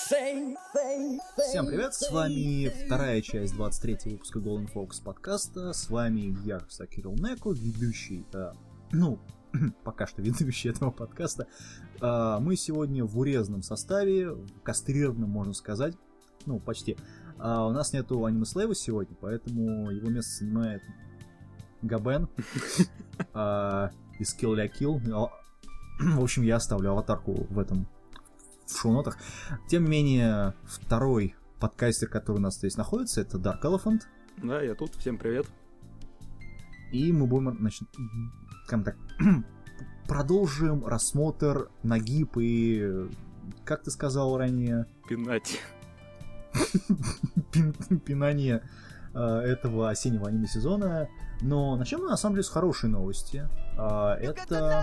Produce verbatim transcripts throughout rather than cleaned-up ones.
Всем привет, с вами вторая часть двадцать третьего выпуска Golden Fox подкаста. С вами я, Кирилл Неко, ведущий, э, ну, пока что ведущий этого подкаста. Э, мы сегодня в урезанном составе, кастрированном, можно сказать, ну, почти. А у нас нету аниме Слэйва сегодня, поэтому его место занимает Габен из Kill la Kill. В общем, я оставлю аватарку в этом в шоу-нотах. Тем не менее, второй подкастер, который у нас здесь находится, это Dark Elephant. Да, я тут. Всем привет. И мы будем, значит, скажем так, продолжим рассмотр нагиб и, как ты сказал ранее... Пинать. Пинание этого осеннего аниме-сезона. Но начнем мы, на самом деле, с хорошей новости. Это...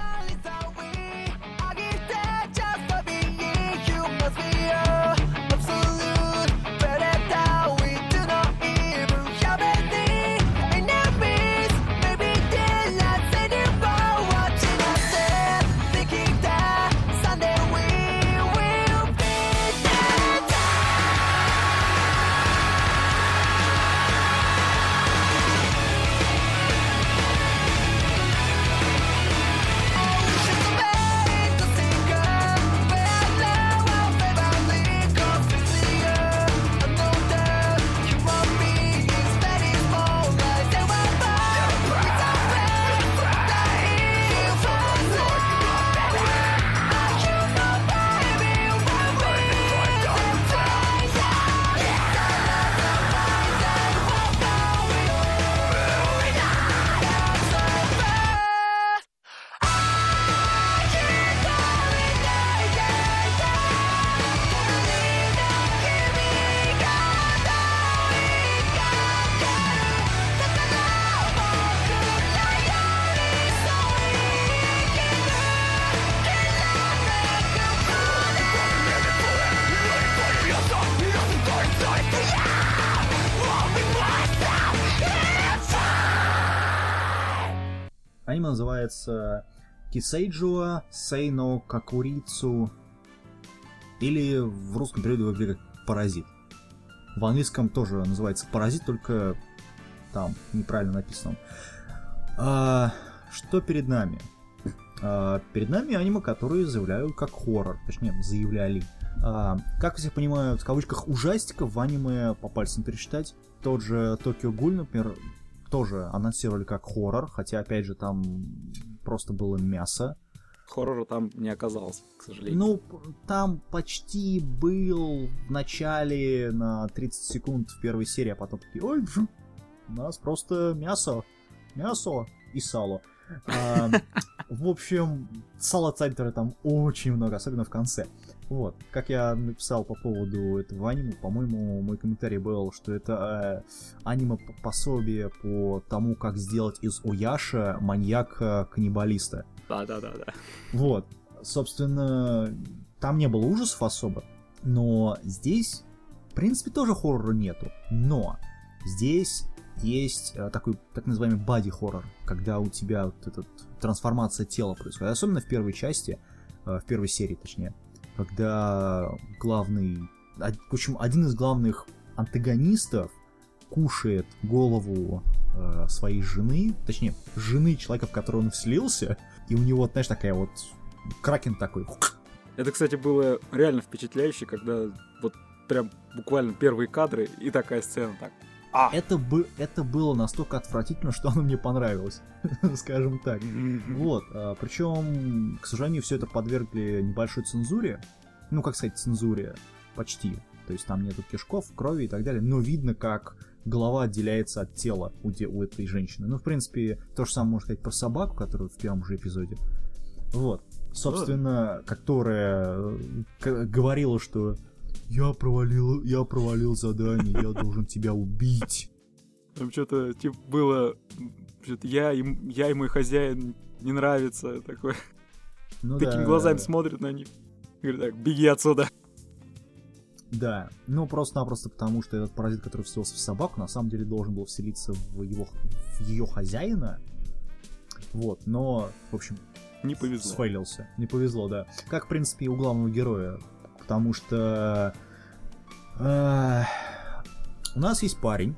Аниме называется Кисейджуа Сейно Какурицу, или в русском переводе выглядит как Паразит. В английском тоже называется Паразит, только там неправильно написано. А, что перед нами? А, перед нами аниме, которые заявляют как хоррор, точнее заявляли. А, как все понимают, в кавычках ужастиков в аниме по пальцам пересчитать. Тот же Tokyo Ghoul, например, тоже анонсировали как хоррор, хотя, опять же, там просто было мясо. Хоррора там не оказалось, к сожалению. Ну, там почти был в начале на тридцать секунд в первой серии, а потом такие, ой, фу, у нас просто мясо, мясо и сало. А, в общем, сало-центра там очень много, особенно в конце. Вот, как я написал по поводу этого аниме, по-моему, мой комментарий был, что это э, аниме-пособие по тому, как сделать из Ояша маньяка-каннибалиста. Да-да-да-да. Вот, собственно, там не было ужасов особо, но здесь, в принципе, тоже хоррора нету. Но здесь есть э, такой так называемый боди-хоррор, когда у тебя вот эта трансформация тела происходит, особенно в первой части, э, в первой серии, точнее. Когда главный, в общем, один из главных антагонистов кушает голову э, своей жены, точнее, жены человека, в которого он вселился, и у него, знаешь, такая вот кракен такой. Это, кстати, было реально впечатляюще, когда вот прям буквально первые кадры и такая сцена так. А! Это, бы, это было настолько отвратительно, что оно мне понравилось, скажем так. Вот, а, причем, к сожалению, все это подвергли небольшой цензуре. Ну, как сказать, цензуре почти. То есть там нету кишков, крови и так далее. Но видно, как голова отделяется от тела у, де, у этой женщины. Ну, в принципе, то же самое можно сказать про собаку, которую в первом же эпизоде. Вот, собственно, которая говорила, что Я провалил, я провалил задание, я должен тебя убить. Там что-то, типа, было, что-то я и, я и мой хозяин не нравится, такой. Ну, такими да, глазами да. смотрит на них. Говорит, так, беги отсюда. Да, ну просто-напросто потому, что этот паразит, который вселился в собаку, на самом деле должен был вселиться в, его, в ее хозяина. Вот, но, в общем, не повезло. Сфейлился. Не повезло, да. Как, в принципе, и у главного героя, потому что э, у нас есть парень,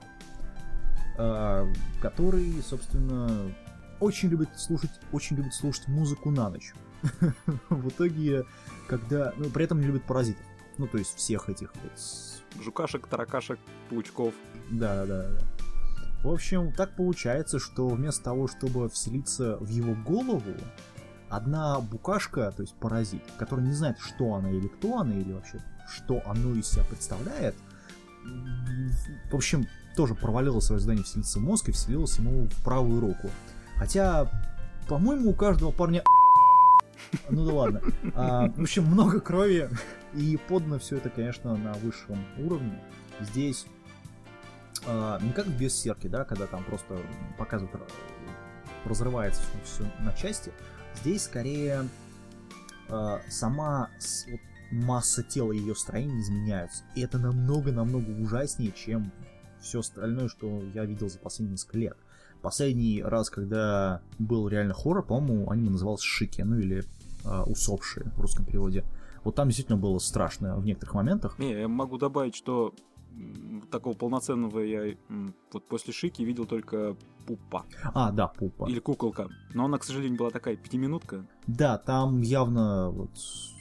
э, который, собственно, очень любит слушать, очень любит слушать музыку на ночь. В итоге, когда... Ну, при этом не любит паразитов. Ну, то есть всех этих вот... Жукашек, таракашек, паучков. Да, да, да. В общем, так получается, что вместо того, чтобы вселиться в его голову, одна букашка, то есть паразит, который не знает, что она или кто она, или вообще, что оно из себя представляет, в общем, тоже провалила свое задание вселиться в мозг и вселилась ему в правую руку. Хотя, по-моему, у каждого парня... Ну да ладно. А, в общем, много крови, и подано все это, конечно, на высшем уровне. Здесь а, не как в Берсерке, да, когда там просто показывают, разрывается все на части. Здесь скорее а, сама с, вот, масса тела и ее строение изменяются. И это намного-намного ужаснее, чем все остальное, что я видел за последние несколько лет. Последний раз, когда был реально хоррор, по-моему, аниме называлось «Шики», ну или э, «Усопшие» в русском переводе. Вот там действительно было страшно в некоторых моментах. Не, я могу добавить, что такого полноценного я вот после «Шики» видел только Пуппа. А, да, Пуппа. Или Куколка. Но она, к сожалению, была такая пятиминутка. Да, там явно вот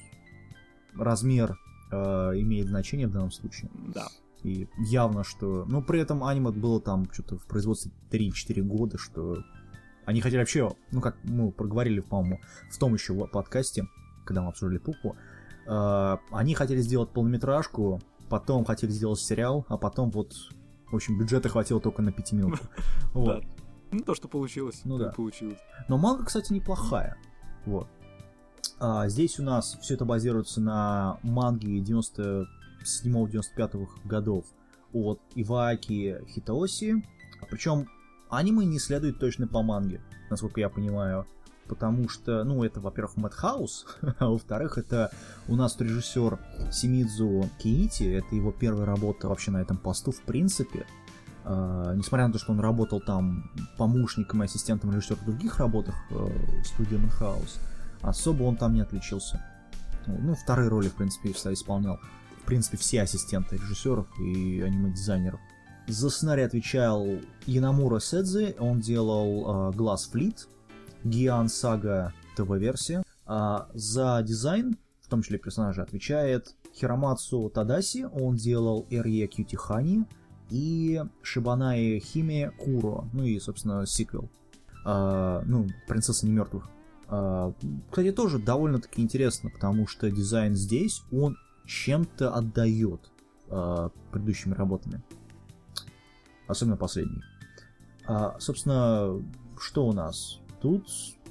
размер э, имеет значение в данном случае. Да. И явно, что... Ну, при этом аниме было там что-то в производстве три-четыре года, что... Они хотели вообще... Ну, как мы проговорили, по-моему, в том еще подкасте, когда мы обсуждали Пуппу, э, они хотели сделать полнометражку, потом хотели сделать сериал, а потом вот... В общем, бюджета хватило только на пяти минут. Вот. Ну, то, что получилось, ну, да. получилось. Но манга, кстати, неплохая. Вот. А здесь у нас все это базируется на манге девяносто седьмого девяносто пятого годов от Ивааки Хитооси. Причем аниме не следует точно по манге, насколько я понимаю. Потому что, ну, это, во-первых, Madhouse, а во-вторых, это у нас режиссер Симидзу Киити, это его первая работа вообще на этом посту, в принципе. Uh, несмотря на то, что он работал там помощником и ассистентом режиссера в других работах uh, студии Madhouse, особо он там не отличился. Ну, вторые роли, в принципе, исполнял. В принципе, все ассистенты режиссеров и аниме-дизайнеров. За сценарий отвечал Янамура Сэдзи, он делал uh, Glass Fleet, Giant Saga ТВ-версия. А за дизайн, в том числе персонажа, отвечает Хиромацу Тадаси, он делал Эрье Кьютихани и Шибанаи Химе Куро, ну и, собственно, сиквел. А, ну, «Принцесса немертвых». А, кстати, тоже довольно-таки интересно, потому что дизайн здесь, он чем-то отдает а, предыдущими работами. Особенно последний. А, собственно, что у нас? Тут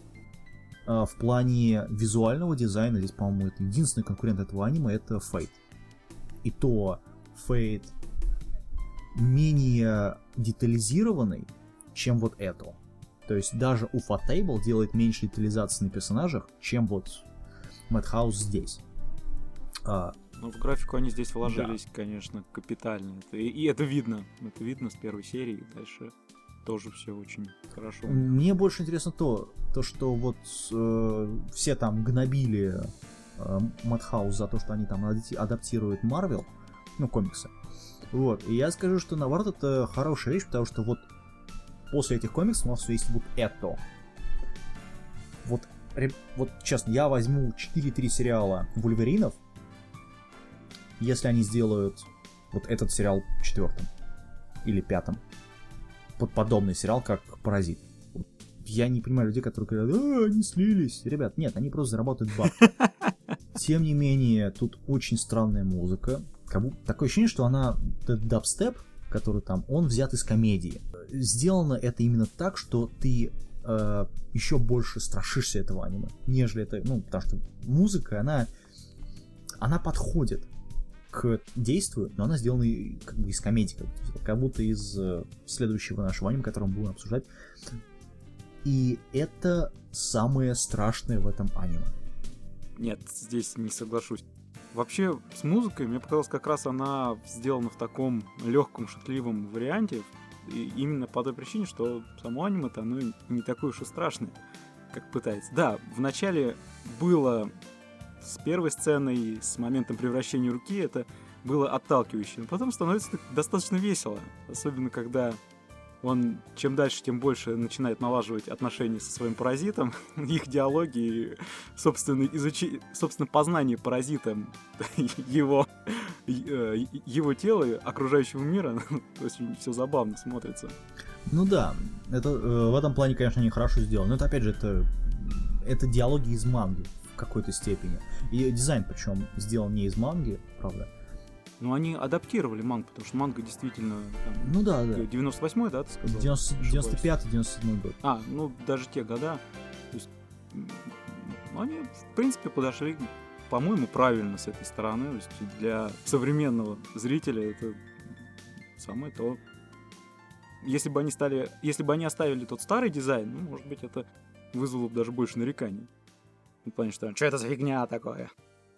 а, в плане визуального дизайна, здесь, по-моему, это единственный конкурент этого аниме, это Fate. И то Fate менее детализированный, чем вот это. То есть даже Ufotable делает меньше детализации на персонажах, чем вот Madhouse здесь. А, ну, в графику они здесь вложились, да. Конечно, капитально. Это, и, и это видно. Это видно с первой серии. Дальше тоже все очень хорошо. Мне больше интересно то, то что вот э, все там гнобили э, Madhouse за то, что они там адаптируют Marvel, ну, комиксы. Вот, и я скажу, что наоборот это хорошая вещь, потому что вот после этих комиксов у нас есть вот это. Вот, вот честно, я возьму четыре-три сериала Вульверинов, если они сделают вот этот сериал четвертым или пятым. Вот подобный сериал, как «Паразит». Я не понимаю людей, которые говорят, а, они слились. Ребят, нет, они просто заработают бабки. Тем не менее, тут очень странная музыка. Как будто, такое ощущение, что она, этот дабстеп, который там, он взят из комедии. Сделано это именно так, что ты э, еще больше страшишься этого аниме, нежели это, ну, потому что музыка, она, она подходит к действию, но она сделана как бы из комедии, как будто, как будто из э, следующего нашего аниме, которое мы будем обсуждать. И это самое страшное в этом аниме. Нет, здесь не соглашусь. Вообще, с музыкой, мне показалось, как раз она сделана в таком легком, шутливом варианте, и именно по той причине, что само аниме-то, оно не такое уж и страшное, как пытается. Да, вначале было с первой сценой, с моментом превращения руки, это было отталкивающе. Но потом становится достаточно весело. Особенно, когда он чем дальше, тем больше начинает налаживать отношения со своим паразитом. Их диалоги и, собственно, изучи... собственно, познание паразитом его, его тела, окружающего мира. Очень все забавно смотрится. Ну да, это, э, в этом плане, конечно, они хорошо сделаны. Но это, опять же, это, это диалоги из манги в какой-то степени. И дизайн, причем, сделан не из манги, правда. Ну, они адаптировали мангу, потому что манга действительно... Там, ну да, да. девяносто восьмой, да, ты сказал? девяносто пятый девяносто седьмой год. А, ну, даже те года. То есть, они, в принципе, подошли, по-моему, правильно с этой стороны. То есть, для современного зрителя это самое то. Если бы они стали... Если бы они оставили тот старый дизайн, ну, может быть, это вызвало бы даже больше нареканий. В плане, что что это за фигня такое?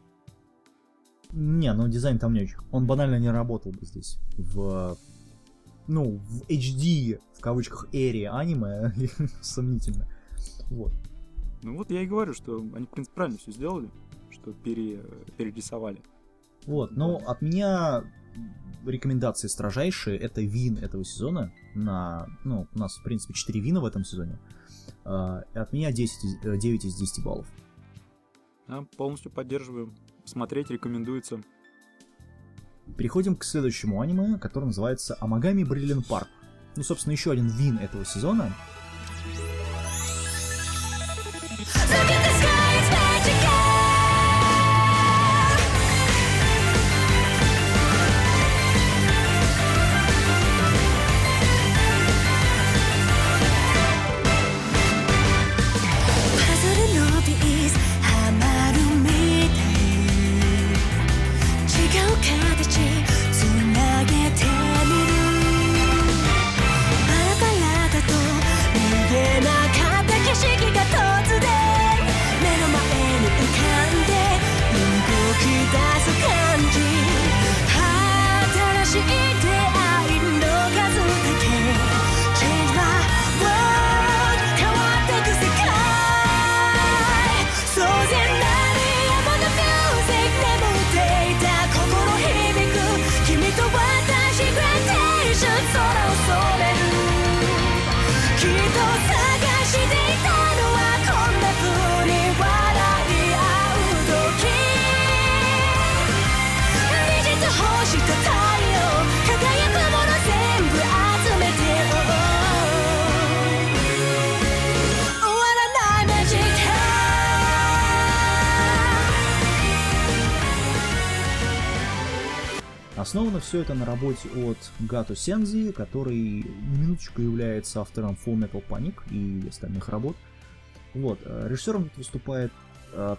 Не, ну дизайн там не очень. Он банально не работал бы здесь. В, ну, в эйч ди, в кавычках, эре аниме, сомнительно. Вот. Ну вот я и говорю, что они, в принципе, правильно все сделали, что пере, перерисовали. Вот, ну, от меня рекомендации строжайшие. Это вин этого сезона. На, ну, у нас, в принципе, четыре вина в этом сезоне. От меня десять, девять из десяти баллов. Да, полностью поддерживаю. Смотреть рекомендуется. Переходим к следующему аниме, которое называется Амагами Brilliant Park. Ну, собственно, еще один вин этого сезона. Основано все это на работе от Гато Сензи, который на минуточку является автором Full Metal Panic и остальных работ. Вот. Режиссером тут выступает э,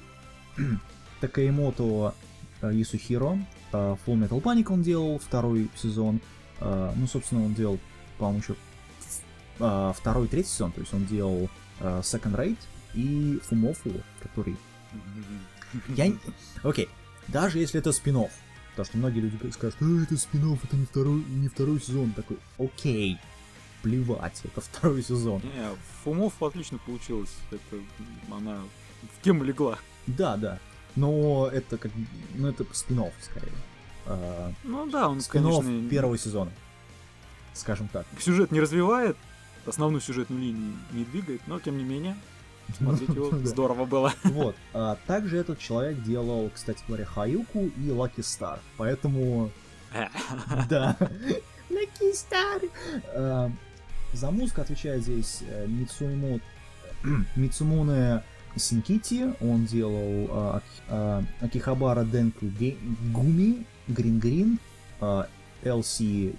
Такаэмото Ясухиро. Э, Full Metal Panic он делал второй сезон. Э, ну, собственно, он делал, по-моему, еще э, второй и третий сезон. То есть он делал э, Second Rate и Фумофу, который... Я... Окей. Даже если это спин-офф. Потому что многие люди скажут, что это спин-офф, это не второй, не второй сезон. Такой, окей, плевать, это второй сезон. Не, Фумов отлично получилось. Это она в тему легла. Да, да. Но это как, ну это спин-офф скорее. А, ну да, он, спин-офф конечно... первого сезона, скажем так. Сюжет не развивает, основную сюжетную линию не двигает, но тем не менее... Смотреть его здорово было. Вот. А также этот человек делал, кстати говоря, Хаюку и Lucky Star. Поэтому... Да. Lucky Star! За музыку отвечает здесь Мицумуне Мицумуне Синкити. Он делал Акихабара Денку Гуми, Грин Грин, эл си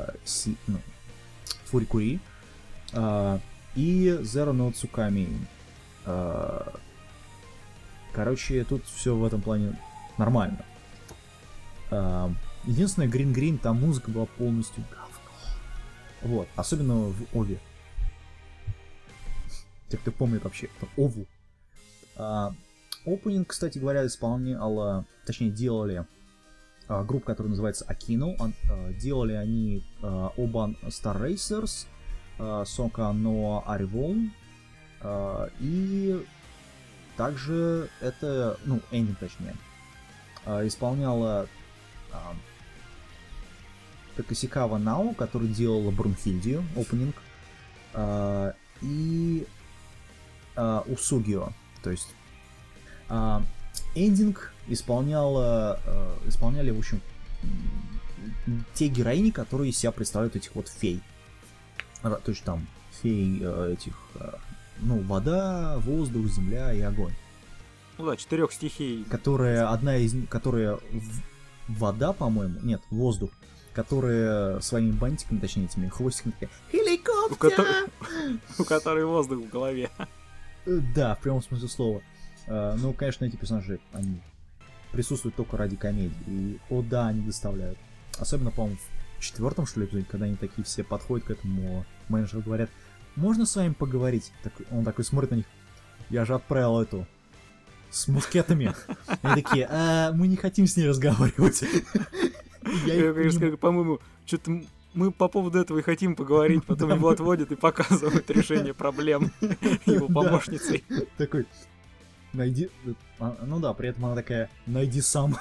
Фурикури и Zero no Tsukami. Короче, тут все в этом плане нормально. Единственное, Green Green, там музыка была полностью говно. Вот, особенно в Ове. Те, кто помнит вообще, это Ову. Опенинг, кстати говоря, исполняла, точнее, делали группу, которая называется Акино. Делали они Oban Star Racers, Сока no Arivon, Uh, и также это, ну, эндинг точнее, исполняла Такасикава Нао, который делала Брунхильдию, опенинг, и Усугио, то есть эндинг исполняла, исполняли, в общем, те героини, которые из себя представляют этих вот фей. То есть там фей этих, ну, вода, воздух, земля и огонь. Ну да, четырех стихий. Которая, одна из них, которая вода, по-моему, нет, воздух, которая своими бантиками, точнее, этими хвостиками такая «Хеликоптер!» У которой, у которой воздух в голове. Да, в прямом смысле слова. Ну, конечно, эти персонажи, они присутствуют только ради комедии. И, о да, они доставляют. Особенно, по-моему, в четвертом, что ли, эпизоде, когда они такие все подходят к этому менеджеру, говорят: можно с вами поговорить? Так, он такой смотрит на них: я же отправил эту с мушкетами. Они такие: а, мы не хотим с ней разговаривать. Я, конечно, по-моему, что-то мы по поводу этого и хотим поговорить, потом его отводят и показывают решение проблем его помощницей. Такой: найди... Ну да, при этом она такая: найди сам.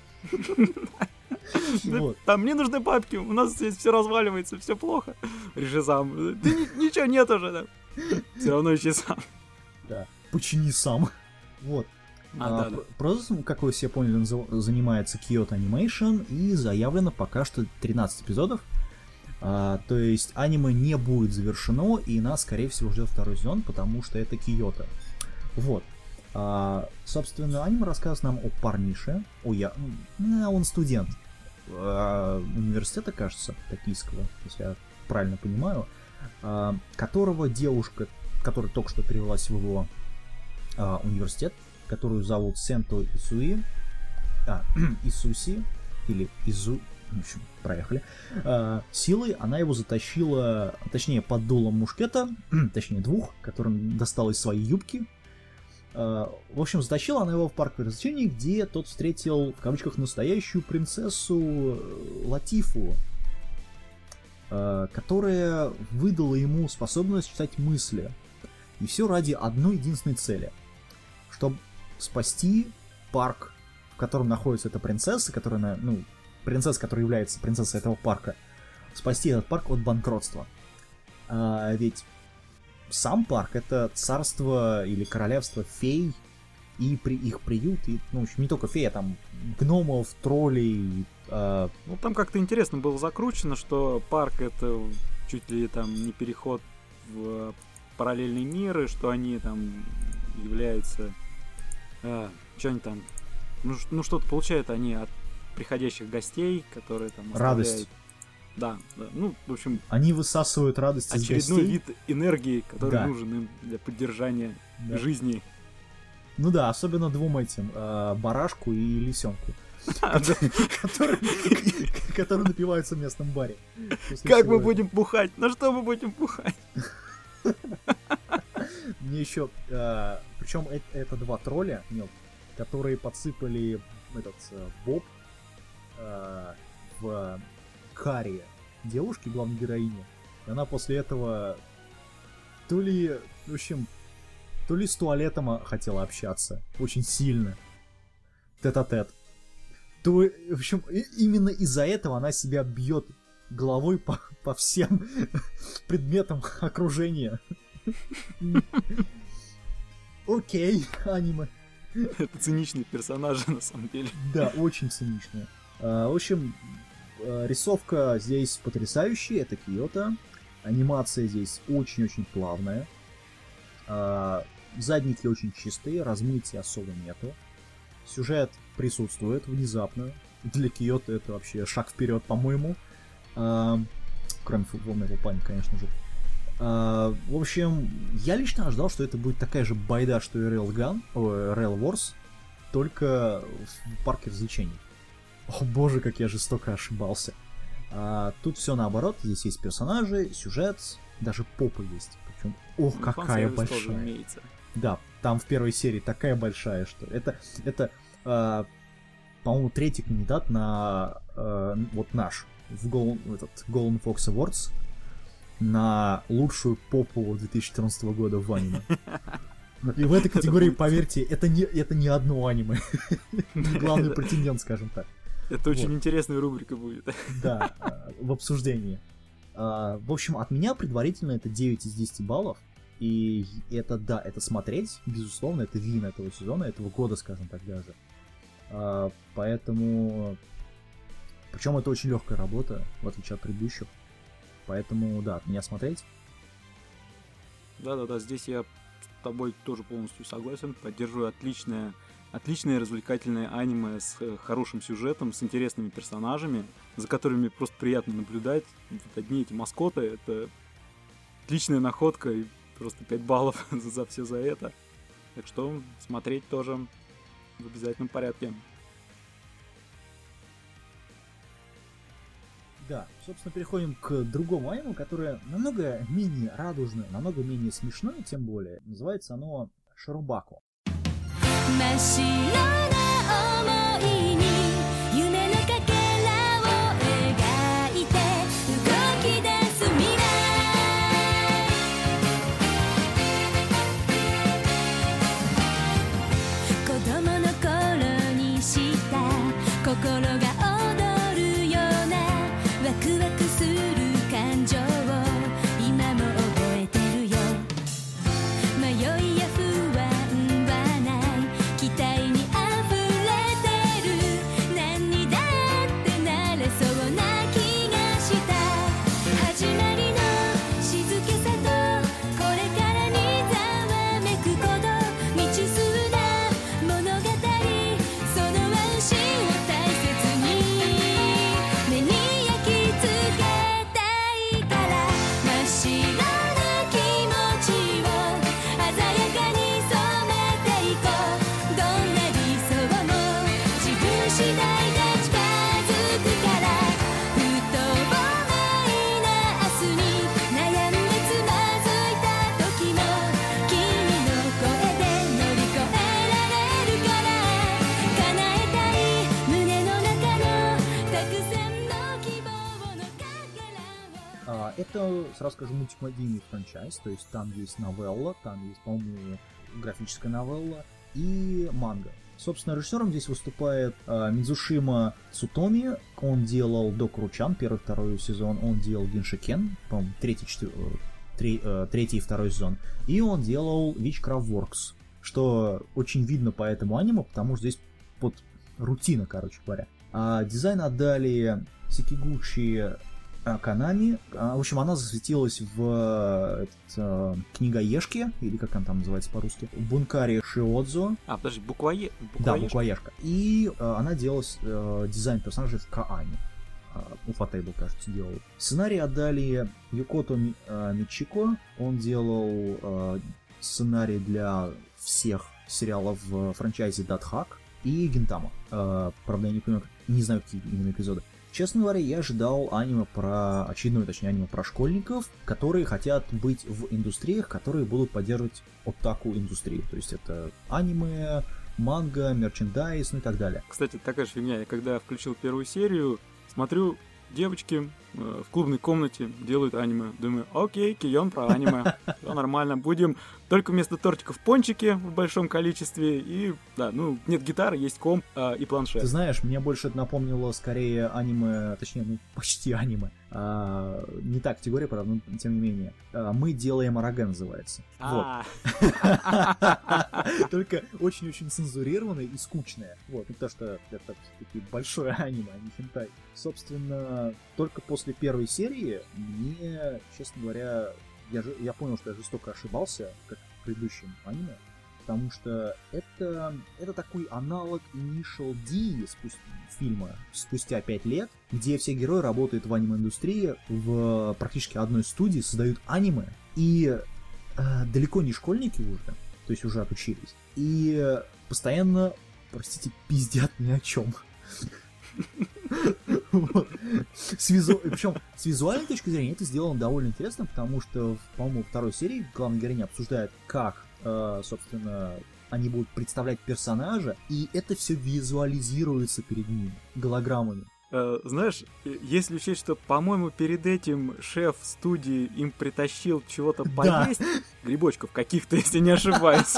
Вот. Там мне нужны бабки, у нас здесь все разваливается, все плохо. Реши сам. Да ничего нет уже. Да. Все равно ищи сам. Да, почини сам. Вот. А, а, да, да. Процессом, как вы все поняли, занимается Kyoto Animation, и заявлено пока что тринадцать эпизодов. А, то есть аниме не будет завершено, и нас, скорее всего, ждет второй сезон, потому что это Kyoto. Вот. А, собственно, аниме рассказывает нам о парнише, о я... он студент а, университета, кажется, токийского, если я правильно понимаю, а, которого девушка, которая только что перевелась в его а, университет, которую зовут Сенто Исуи, а, Исуси, или Изу, в общем, проехали, а, силой она его затащила, точнее, под дулом мушкета, точнее, двух, которым достала из своей юбки. А, в общем, затащила она его в парк развлечений, где тот встретил, в кавычках, настоящую принцессу Латифу, а, которая выдала ему способность читать мысли. И все ради одной единственной цели. Чтобы спасти парк, в котором находится эта принцесса, которая, ну, принцесса, которая является принцессой этого парка, спасти этот парк от банкротства. А, ведь сам парк — это царство или королевство фей и при, их приют, и, ну, в общем, не только фей, а там гномов, троллей. А... Ну, там как-то интересно было закручено, что парк — это чуть ли там не переход в параллельный мир, и что они там являются... А, что они там? Ну, ну, что-то получают они от приходящих гостей, которые там оставляют... Радость. Да, да, ну, в общем... Они высасывают радость из гостей. Очередной вид энергии, который да. нужен им для поддержания да. жизни. Ну да, особенно двум этим, э, барашку и лисенку. Которые напиваются в местном баре. Как мы будем бухать? На что мы будем бухать? Мне еще... Причем это два тролля, которые подсыпали этот боб в карри девушки, главной героини. И она после этого то ли, в общем, то ли с туалетом хотела общаться очень сильно. Тет-а-тет. То, в общем, именно из-за этого она себя бьет головой по, по всем предметам окружения. Окей, аниме. Это циничные персонажи, на самом деле. Да, очень циничные. А, в общем, рисовка здесь потрясающая, это Kyoto. Анимация здесь очень-очень плавная. А, задники очень чистые, размытия особо нету. Сюжет присутствует внезапно. Для Kyoto это вообще шаг вперед, по-моему. А, кроме футбольного плана, конечно же. А, в общем, я лично ожидал, что это будет такая же байда, что и Railgun, о, Rail Wars, только в парке развлечений. О боже, как я жестоко ошибался. А, тут все наоборот, здесь есть персонажи, сюжет, даже попа есть. Причем, ох, ну, какая большая. Да, там в первой серии такая большая, что это, это а, по-моему, третий кандидат на а, вот наш в Golden, этот, Golden Fox Awards на лучшую попу две тысячи четырнадцатого года в аниме. И в этой категории, поверьте, это не, это не одно аниме. Главный претендент, скажем так. Это очень вот. Интересная рубрика будет. Да, в обсуждении. В общем, от меня предварительно это девять из десяти баллов. И это, да, это смотреть, безусловно, это вин этого сезона, этого года, скажем так, даже. Поэтому... Причем это очень легкая работа, в отличие от предыдущих. Поэтому, да, от меня смотреть. Да-да-да, здесь я с тобой тоже полностью согласен. Поддерживаю отличное, отличное развлекательное аниме с хорошим сюжетом, с интересными персонажами, за которыми просто приятно наблюдать. Вот одни эти маскоты — это отличная находка, и просто пять баллов за все за это. Так что смотреть тоже в обязательном порядке. Да, собственно, переходим к другому аниме, которое намного менее радужное, намного менее смешное, тем более. Называется оно Широбако. Это, сразу скажу, мультимедийный франчайз, то есть там есть новелла, там есть, по-моему, графическая новелла и манга. Собственно, режиссером здесь выступает э, Мидзушима Цутоми, он делал Докуру-чан, первый, второй сезон, он делал Гиншикен, по-моему, третий, четвер... Три, э, третий и второй сезон, и он делал Witchcraft Works, что очень видно по этому аниме, потому что здесь под рутина, короче говоря. А дизайн отдали Сикигучи Канами. В общем, она засветилась в этот, э, книгоежке, или как она там называется по-русски, Бункари Шиодзо. А, подожди, буквое... буквоежка? Да, буквоежка. И э, она делала э, дизайн персонажей в Каане. Э, Ufotable, кажется, делал. Сценарий отдали Юкото Ми, э, Мичико. Он делал э, сценарий для всех сериалов в франчайзе Датхак и Гинтама. Э, правда, я не понимаю, не знаю, какие именно эпизоды. Честно говоря, я ожидал аниме про, очередное, точнее, аниме про школьников, которые хотят быть в индустриях, которые будут поддерживать оттаку индустрию. То есть это аниме, манга, мерчендайз, ну и так далее. Кстати, такая же фигня. Я когда включил первую серию, смотрю, девочки э, в клубной комнате делают аниме. Думаю, окей, Кион про аниме. Все нормально. Будем только вместо тортиков пончики в большом количестве. И, да, ну, нет гитары, есть комп э, и планшет. Ты знаешь, мне больше это напомнило скорее аниме, точнее, ну, почти аниме. А, не та категория, правда, но тем не менее. А, «Мы делаем Араге» называется. Вот. Только очень-очень цензурированное и скучное. Вот, потому что это все-таки большое аниме, а не хентай. Собственно, только после первой серии мне, честно говоря, я, же, я понял, что я жестоко ошибался, как в предыдущем аниме, потому что это, это такой аналог Initial D спустя, фильма спустя пять лет, где все герои работают в аниме-индустрии в практически одной студии, создают аниме, и э, далеко не школьники уже, то есть уже отучились, и постоянно, простите, пиздят ни о чем. Вот. С визу... Причем с визуальной точки зрения это сделано довольно интересно, потому что, по-моему, во второй серии главная героиня обсуждает, как, э, собственно, они будут представлять персонажа, и это все визуализируется перед ними голограммами. Э, знаешь, если учесть, что, по-моему, перед этим шеф студии им притащил чего-то поесть, да. Грибочков каких-то, если не ошибаюсь,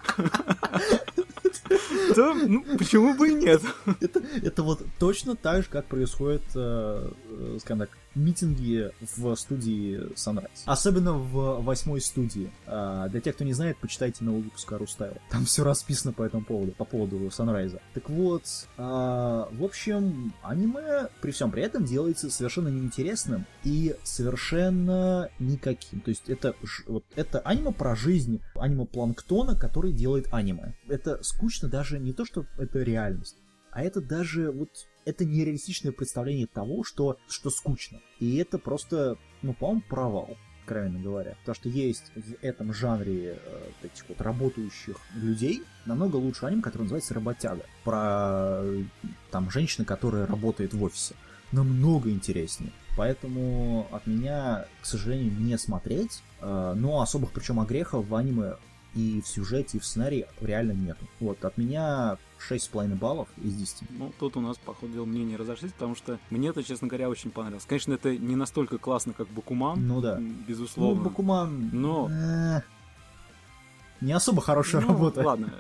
то, ну, почему бы и нет? Это, это вот точно так же, как происходит, э, скажем так, митинги в студии Sunrise. Особенно в восьмой студии. Э, для тех, кто не знает, почитайте новый выпуск Арустайл. Там все расписано по этому поводу, по поводу Sunrise. Так вот, э, в общем, аниме при всем при этом делается совершенно неинтересным и совершенно никаким. То есть это, вот, это аниме про жизнь, аниме планктона, который делает аниме. Это скучно даже не то, что это реальность, а это даже вот это нереалистичное представление того, что, что скучно. И это просто, ну, по-моему, провал, откровенно говоря. Потому что есть в этом жанре э, этих вот работающих людей намного лучше аниме, который называется «Работяга». Про там женщину, которая работает в офисе. Намного интереснее. Поэтому от меня, к сожалению, не смотреть. Э, но особых, причем, огрехов в аниме и в сюжете, и в сценарии реально нету. Вот, от меня шесть с половиной баллов из десяти. Ну, тут у нас, по ходу дела, мнения разошлись, потому что мне-то, честно говоря, очень понравилось. Конечно, это не настолько классно, как Бакуман, ну да, безусловно. Ну, Бакуман... Но... Э-э... Не особо хорошая ну, работа. Ладно.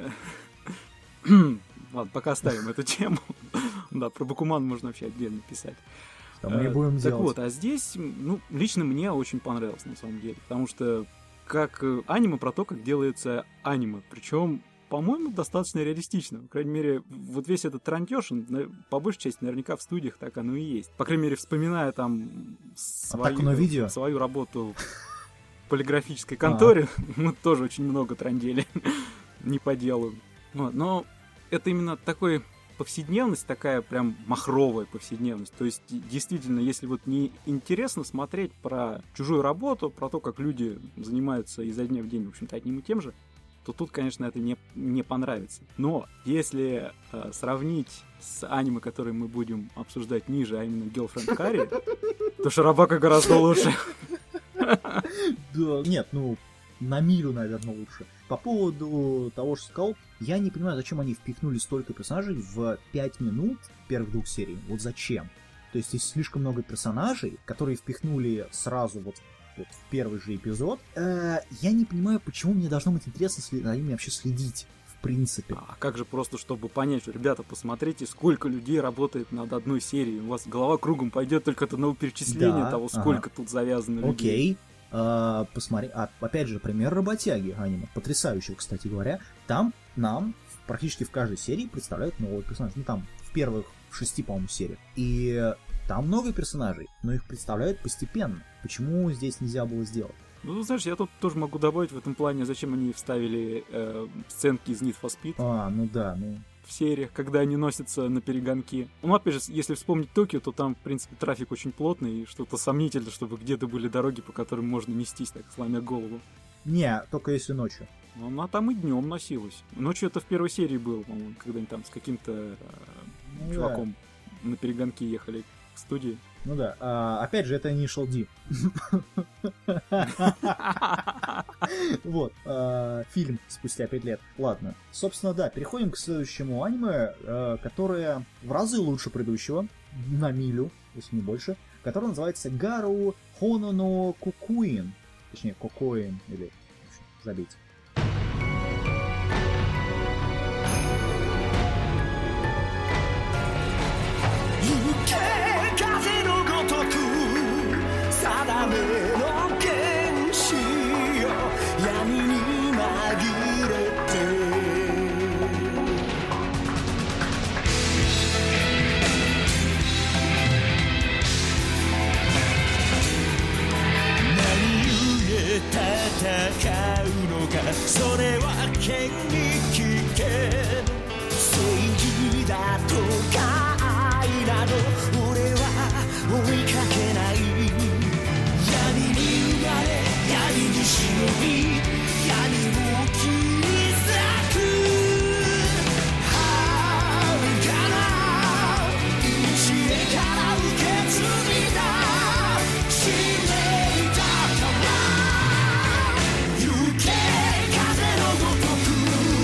Ладно, пока оставим эту тему. Да, про Бакуман можно вообще отдельно писать. Что мы и будем делать. Так вот, а здесь, ну, лично мне очень понравилось, на самом деле, потому что как аниме про то, как делается аниме. Причем, по-моему, достаточно реалистично. По крайней мере, вот весь этот трантёж, по большей части, наверняка в студиях так оно и есть. По крайней мере, вспоминая там свою, видео. свою работу в полиграфической конторе, мы тоже очень много трандели. Не по делу. Но это именно такой... повседневность такая прям махровая повседневность. То есть, действительно, если вот не интересно смотреть про чужую работу, про то, как люди занимаются изо дня в день, в общем-то, одним и тем же, то тут, конечно, это не, не понравится. Но если э, сравнить с аниме, которые мы будем обсуждать ниже, а именно Girlfriend Carry, то Шарабака гораздо лучше. Нет, ну, на милю, наверное, лучше. По поводу того, что сказал, я не понимаю, зачем они впихнули столько персонажей в пять минут первых двух серий. Вот зачем? То есть есть слишком много персонажей, которые впихнули сразу вот, вот в первый же эпизод. Э, я не понимаю, почему мне должно быть интересно след... за ними вообще следить. В принципе. А как же просто, чтобы понять, что, ребята, посмотрите, сколько людей работает над одной серией. У вас голова кругом пойдет только от одного перечисления да, того, сколько ага. тут завязано людей. Окей. Uh, посмотри, а, опять же, пример «Работяги» аниме, потрясающего, кстати говоря. Там нам практически в каждой серии представляют новый персонаж. Ну, там в первых шести, по-моему, сериях. И там много персонажей, но их представляют постепенно. Почему здесь нельзя было сделать? Ну, знаешь, я тут тоже могу добавить в этом плане, зачем они вставили э, сценки из Need for Speed. А, ну да, ну... В сериях, когда они носятся на перегонки. Ну, опять же, если вспомнить Токио, то там, в принципе, трафик очень плотный, и что-то сомнительно, чтобы где-то были дороги, по которым можно нестись, так, сломя голову. Не, только если ночью. Ну, она там и днем носилась. Ночью это в первой серии было, по-моему, когда они там с каким-то э, ну, чуваком да. на перегонки ехали к студии. Ну да, а, опять же, это Initial D. Вот, фильм спустя пять лет. Ладно, собственно, да, переходим к следующему аниме, которое в разы лучше предыдущего, на милю, если не больше, которое называется Гару Хононо Кокуин. Точнее, Кокоин, или, в общем, забейте. それは剣に危険正義だとか愛など俺は追いかけない闇に生まれ闇に忍び闇を切り裂く遥かな道から受け継いだ使命だから行け風のごとく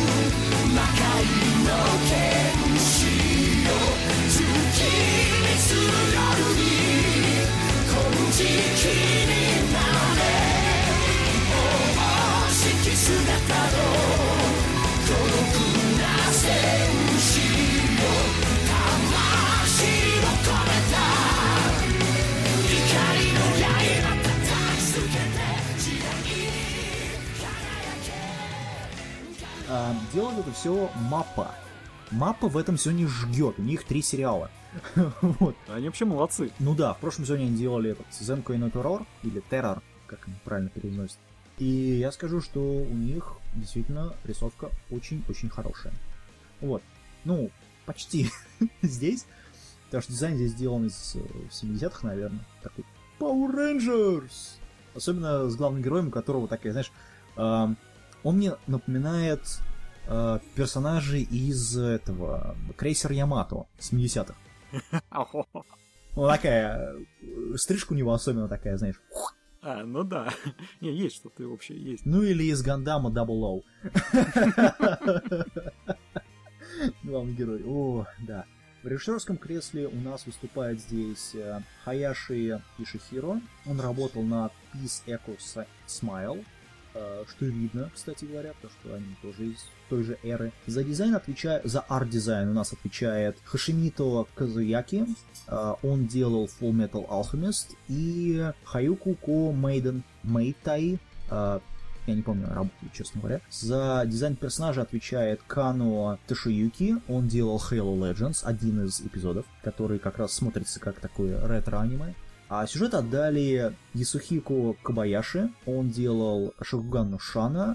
делает это все Маппа. Маппа в этом сезоне жгет, у них три сериала. Вот. Они вообще молодцы. Ну да, в прошлом сезоне они делали этот Зенко и No Terror, или Terror, как они правильно переносят. И я скажу, что у них действительно рисовка очень-очень хорошая. Вот. Ну, почти здесь. Потому что дизайн здесь сделан из семидесятых, наверное. Такой Power Rangers! Особенно с главным героем, у которого такая, знаешь, э, он мне напоминает э, персонажей из этого Крейсер Ямато семидесятых. Ну, такая, стрижка у него особенно такая, знаешь. А, ну да. Не, есть что-то вообще, есть. Ну или из Гандама Double O. Главный герой. О, да. В режиссерском кресле у нас выступает здесь Хаяши Ишихиро. Он работал над Peace Echo Smile, что видно, кстати говоря, потому что они тоже из той же эры. За дизайн отвечает, за арт-дизайн у нас отвечает Хашимито Казуяки. Он делал Full Metal Alchemist и Хаюку Ко Мейден Мэйтай. Я не помню работу, честно говоря. За дизайн персонажа отвечает Кано Ташиюки. Он делал Halo Legends, один из эпизодов, который как раз смотрится как такое ретро-аниме. А сюжет отдали Ясухико Кабаяши. Он делал Шокуган но Шана,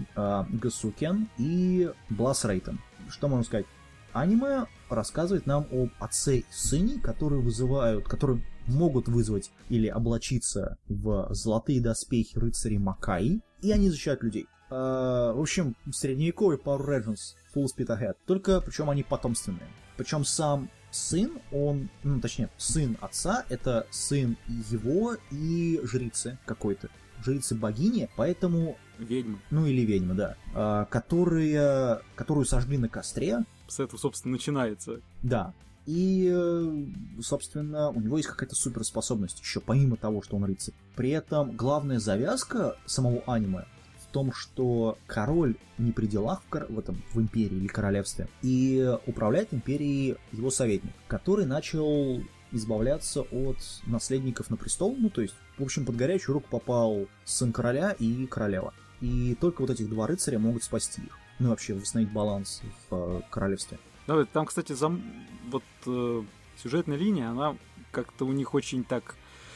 Гасукен и Блас Рейтон. Что можно сказать? Аниме рассказывает нам об отце и сыне, которые вызывают, которые могут вызвать или облачиться в золотые доспехи рыцарей Макаи, и они защищают людей. А, в общем, средневековый Power Rangers Full Speed Ahead. Только, причем они потомственные. Причем сам сын, он, ну, точнее, сын отца, это сын его и жрицы какой-то. Жрицы богини, поэтому... Ведьмы. Ну, или ведьмы, да. А, которые, которую сожгли на костре. С этого, собственно, начинается. Да. И, собственно, у него есть какая-то суперспособность еще, помимо того, что он рыцарь. При этом главная завязка самого аниме в том, что король не при делах в, кор... в, этом, в империи или королевстве, и управляет империей его советник, который начал избавляться от наследников на престол. Ну, то есть, в общем, под горячую руку попал сын короля и королева. И только вот этих два рыцаря могут спасти их. Ну, и вообще, восстановить баланс в э, королевстве. Да, там, кстати, зам... вот э, сюжетная линия, она как-то у них очень так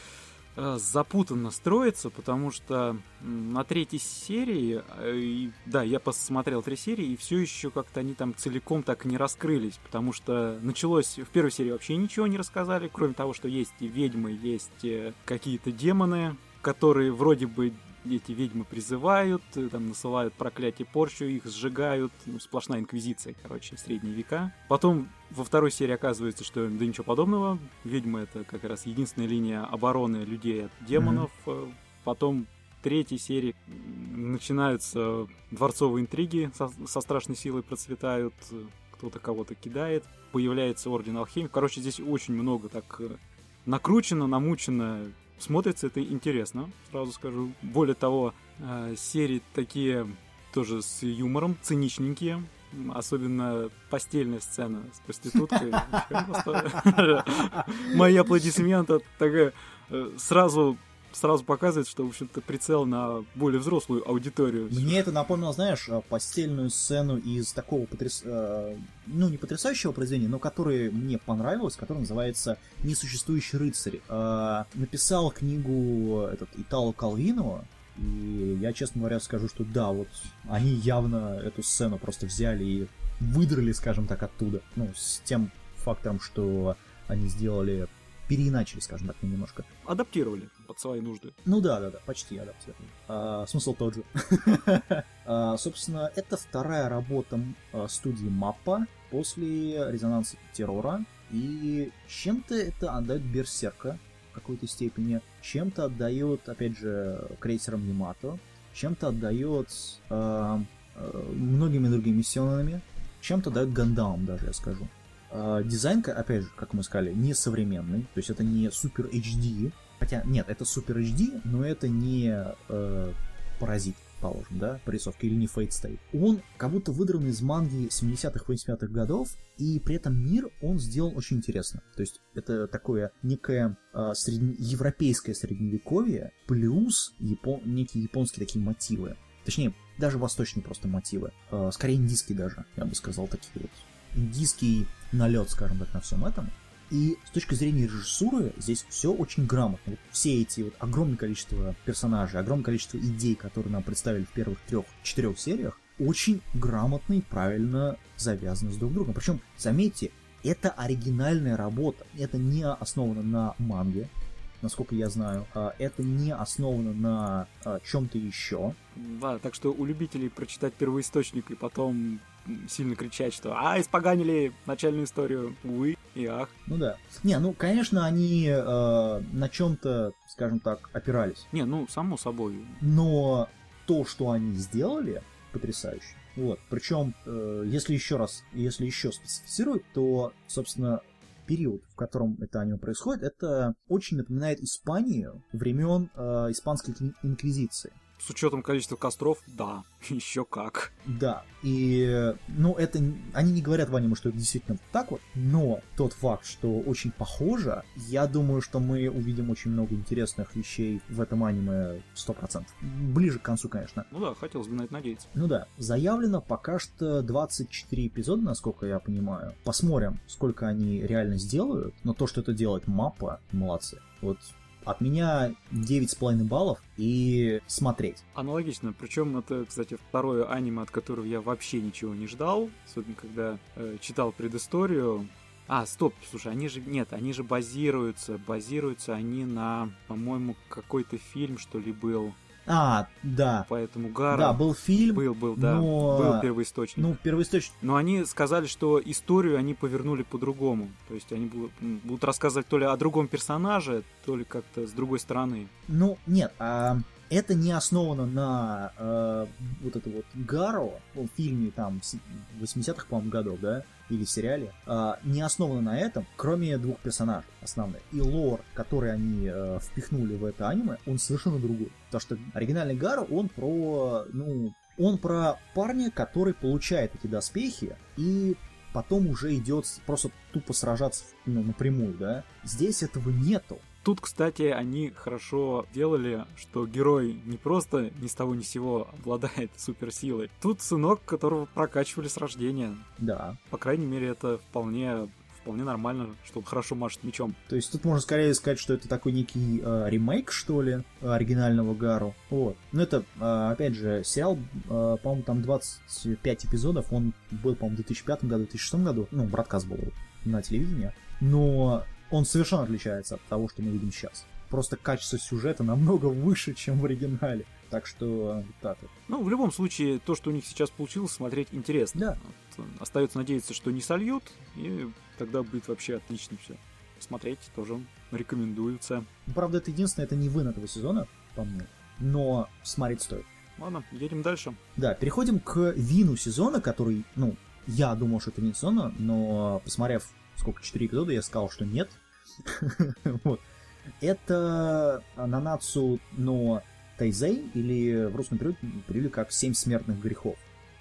э, запутанно строится, потому что на третьей серии, э, и, да, я посмотрел три серии, и все еще как-то они там целиком так не раскрылись, потому что началось, в первой серии вообще ничего не рассказали, кроме того, что есть и ведьмы, есть э, какие-то демоны, которые вроде бы эти ведьмы призывают, там насылают проклятие, порчу, их сжигают, ну, сплошная инквизиция, короче, средние века. Потом во второй серии оказывается, что да ничего подобного, ведьмы — это как раз единственная линия обороны людей от демонов. Mm-hmm. Потом в третьей серии начинаются дворцовые интриги, со, со страшной силой процветают, кто-то кого-то кидает, появляется Орден Алхимиков. Короче, здесь очень много так накручено, намучено. Смотрится это интересно, сразу скажу. Более того, серии такие тоже с юмором, циничненькие. Особенно постельная сцена с проституткой. Мои аплодисменты такая сразу... сразу показывает, что, в общем-то, прицел на более взрослую аудиторию. Мне это напомнило, знаешь, постельную сцену из такого потряс... ну, не потрясающего произведения, но которое мне понравилось, которое называется «Несуществующий рыцарь». Написал книгу этот Итало Калвино, и я, честно говоря, скажу, что да, вот они явно эту сцену просто взяли и выдрали, скажем так, оттуда. Ну, с тем фактором, что они сделали... переиначили, скажем так, немножко. Адаптировали под свои нужды. Ну да, да, да, почти адаптировали. А, смысл тот же. а, собственно, это вторая работа а, студии Маппа после резонанса террора. И чем-то это отдает Берсерка в какой-то степени, чем-то отдает, опять же, крейсерам Ямато, чем-то отдает а, а, многими другими сёнэнами, чем-то дает Гандамам даже, я скажу. Uh, дизайн, опять же, как мы сказали, не современный, то есть это не супер эйч ди, хотя, нет, это супер эйч ди, но это не uh, Паразит, положим, да, по рисовке, или не Fate Stay. Он как будто выдран из манги семидесятых восьмидесятых годов, и при этом мир он сделан очень интересно. То есть это такое некое uh, средне... европейское средневековье, плюс япон... некие японские такие мотивы. точнее, даже восточные просто мотивы. Э, скорее индийские даже, я бы сказал, такие вот. Индийский налет, скажем так, на всем этом. И с точки зрения режиссуры здесь все очень грамотно. Вот все эти вот огромное количество персонажей, огромное количество идей, которые нам представили в первых трех-четырех сериях, очень грамотно и правильно завязаны с друг другом. Причем, заметьте, это оригинальная работа. Это не основано на манге, насколько я знаю. Это не основано на чем-то еще. Да, так что у любителей прочитать первоисточник и потом сильно кричать, что «А, испоганили начальную историю!» Увы и ах. Ну да. Не, ну, конечно, они э, на чем-то, скажем так, опирались. Не, ну, само собой. Но то, что они сделали, потрясающе. Вот. Причем, э, если еще раз, если еще специфицировать, то, собственно, период, в котором это аниме происходит, это очень напоминает Испанию времен э, Испанской инквизиции. С учетом количества костров, да, еще как. Да, и, ну, это, они не говорят в аниме, что это действительно так вот, но тот факт, что очень похоже, я думаю, что мы увидим очень много интересных вещей в этом аниме сто процентов. Ближе к концу, конечно. Ну да, хотелось бы на это надеяться. Ну да, заявлено пока что двадцать четыре эпизода, насколько я понимаю. Посмотрим, сколько они реально сделают, но то, что это делает Маппа, молодцы. Вот. От меня девять с половиной баллов и смотреть. Аналогично. Причем это, кстати, второе аниме, от которого я вообще ничего не ждал. Особенно, когда э, читал предысторию. А, стоп, слушай, они же... Нет, они же базируются. Базируются они на, по-моему, какой-то фильм, что ли, был. А, да. Поэтому Гара... Да, был фильм. Был, был, да. Но... Был первоисточник. Ну, первоисточник. Но они сказали, что историю они повернули по-другому. То есть они будут, будут рассказывать то ли о другом персонаже, то ли как-то с другой стороны. Ну, нет, а... это не основано на э, вот это вот Гаро в фильме там восьмидесятых, по-моему, годов, да, или в сериале, э, не основано на этом, кроме двух персонажей основных. И лор, который они э, впихнули в это аниме, он совершенно другой. Потому что оригинальный Гаро, он про, ну, он про парня, который получает эти доспехи и потом уже идет просто тупо сражаться, ну, напрямую, да. Здесь этого нету. Тут, кстати, они хорошо делали, что герой не просто ни с того ни с сего обладает суперсилой. Тут сынок, которого прокачивали с рождения. Да. По крайней мере, это вполне, вполне нормально, что он хорошо машет мечом. То есть тут можно скорее сказать, что это такой некий э, ремейк, что ли, оригинального Гару. Вот. Но это, э, опять же, сериал, э, по-моему, там двадцать пять эпизодов. Он был, по-моему, в две тысячи пятом году, две тысячи шестом году. Ну, браткаст был на телевидении. Но... он совершенно отличается от того, что мы видим сейчас. Просто качество сюжета намного выше, чем в оригинале. Так что так вот. Ну, в любом случае, то, что у них сейчас получилось, смотреть интересно. Да. Вот, остается надеяться, что не сольют, и тогда будет вообще отлично все. Смотреть тоже рекомендуется. Правда, это единственное, это не вин этого сезона, по мне. Но смотреть стоит. Ладно, едем дальше. Да, переходим к вину сезона, который, ну, я думал, что это вин сезона, но посмотрев сколько, четыре эпизода, я сказал, что нет. Вот. Это Нанацу но Тайзей, или в русском переводе перевели как «Семь смертных грехов».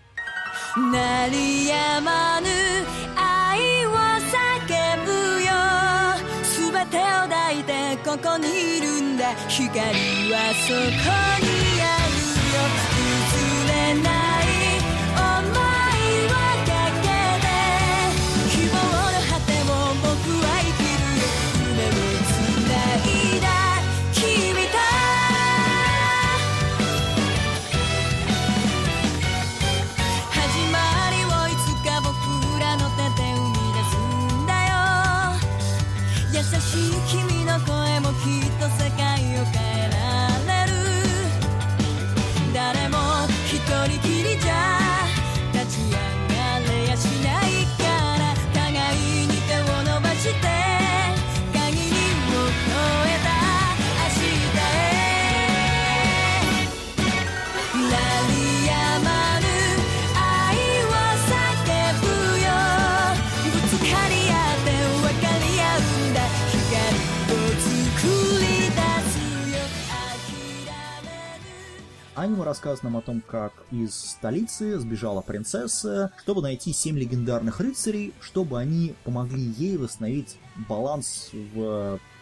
Аниме рассказывает нам о том, как из столицы сбежала принцесса, чтобы найти семь легендарных рыцарей, чтобы они помогли ей восстановить баланс в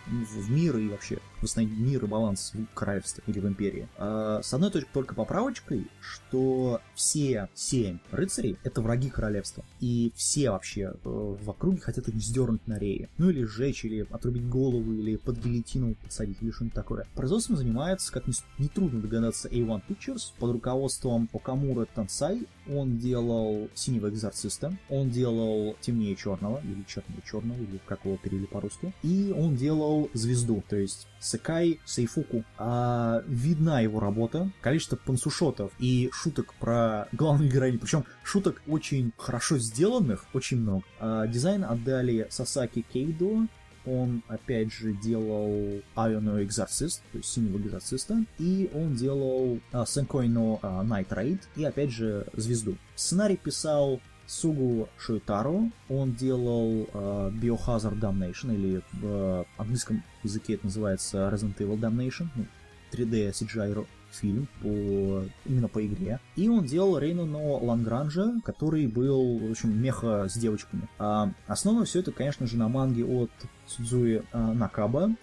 в мир и вообще восстановить мир и баланс в королевстве или в империи. А, с одной точки только поправочкой, что все семь рыцарей — это враги королевства. И все вообще э, в округе хотят их вздернуть на рее. Ну или сжечь, или отрубить голову, или под гильотину подсадить, или что-нибудь такое. Производством занимается, как нетрудно догадаться, эй один Pictures под руководством Окамура Тансай. Он делал «Синего экзорциста», он делал «Темнее черного», или «Чернее черного», или как его перевели по-русски. И он делал «Звезду», то есть Сэкай Сейфуку. А, видна его работа, количество пансушотов и шуток про главную героиню, причем шуток очень хорошо сделанных, очень много. А, дизайн отдали Сасаки Кейдо. Он, опять же, делал Айоно Экзорцист, то есть Синего Экзорциста, и он делал Сенкой но Найт Рейд, и, опять же, Звезду. Сценарий писал Сугу Шойтаро, он делал uh, Biohazard Damnation, или в uh, английском языке это называется Resident Evil Damnation, ну, три дэ си джи ай фильм по, именно по игре. И он делал Рейно но Лангранжа, который был, в общем, меха с девочками. А основано все это, конечно же, на манге от Судзуи а, Накаба.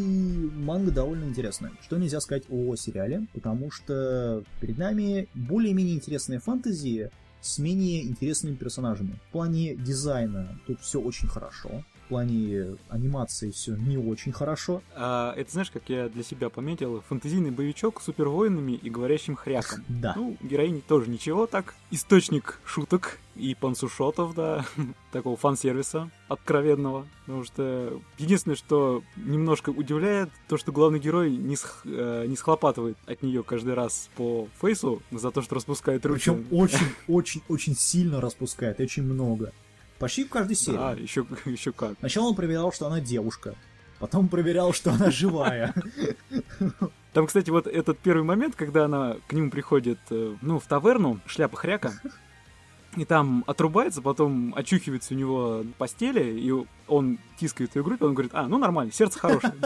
И манга довольно интересная. Что нельзя сказать о сериале, потому что перед нами более-менее интересные фэнтези с менее интересными персонажами. В плане дизайна тут все очень хорошо. В плане анимации все не очень хорошо. А, это знаешь, как я для себя пометил, фэнтезийный боевичок с супервоинами и говорящим хряком. Да. Ну, героини тоже ничего так. Источник шуток и пансушотов, да, такого фан-сервиса откровенного. Потому что единственное, что немножко удивляет, то, что главный герой не, сх... не схлопатывает от нее каждый раз по фейсу за то, что распускает руки. Причем очень-очень-очень сильно распускает, очень много. Почти в каждой серии. Да, еще, еще как. Сначала он проверял, что она девушка. Потом проверял, что она живая. Там, кстати, вот этот первый момент, когда она к нему приходит, ну, в таверну, шляпа хряка, и там отрубается, потом очухивается у него в постели, и он тискает ее грудь, он говорит: а, ну нормально, сердце хорошее.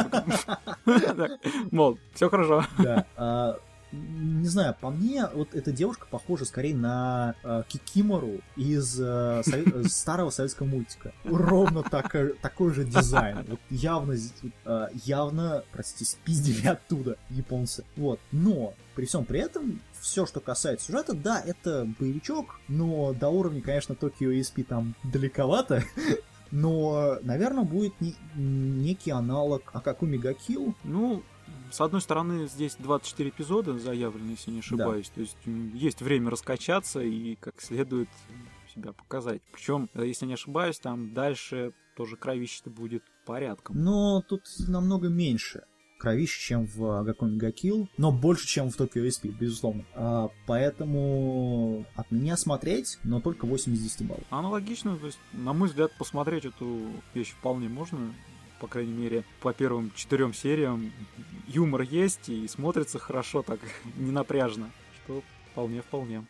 Мол, все хорошо. Да. Не знаю, по мне, вот эта девушка похожа скорее на э, Кикимору из э, сове- старого советского мультика. Ровно так, такой же дизайн. Вот явно, э, явно, простите, спиздили оттуда японцы. Вот. Но при всем при этом, все, что касается сюжета, да, это боевичок, но до уровня, конечно, Tokyo и эс пи там далековато. Но, наверное, будет не- некий аналог Акакуми га Kill. Ну, с одной стороны, здесь двадцать четыре эпизода заявлены, если не ошибаюсь. Да. То есть есть время раскачаться и как следует себя показать. Причем, если не ошибаюсь, там дальше тоже кровище-то будет порядком. Но тут намного меньше кровище, чем в Акакуми га Kill, но больше, чем в Tokyo эс пи, безусловно. А, поэтому от меня смотреть, но только восемь из десяти баллов. Аналогично, то есть, на мой взгляд, посмотреть эту вещь вполне можно. По крайней мере, по первым четырем сериям юмор есть и смотрится хорошо, так не напряжно, что вполне-вполне.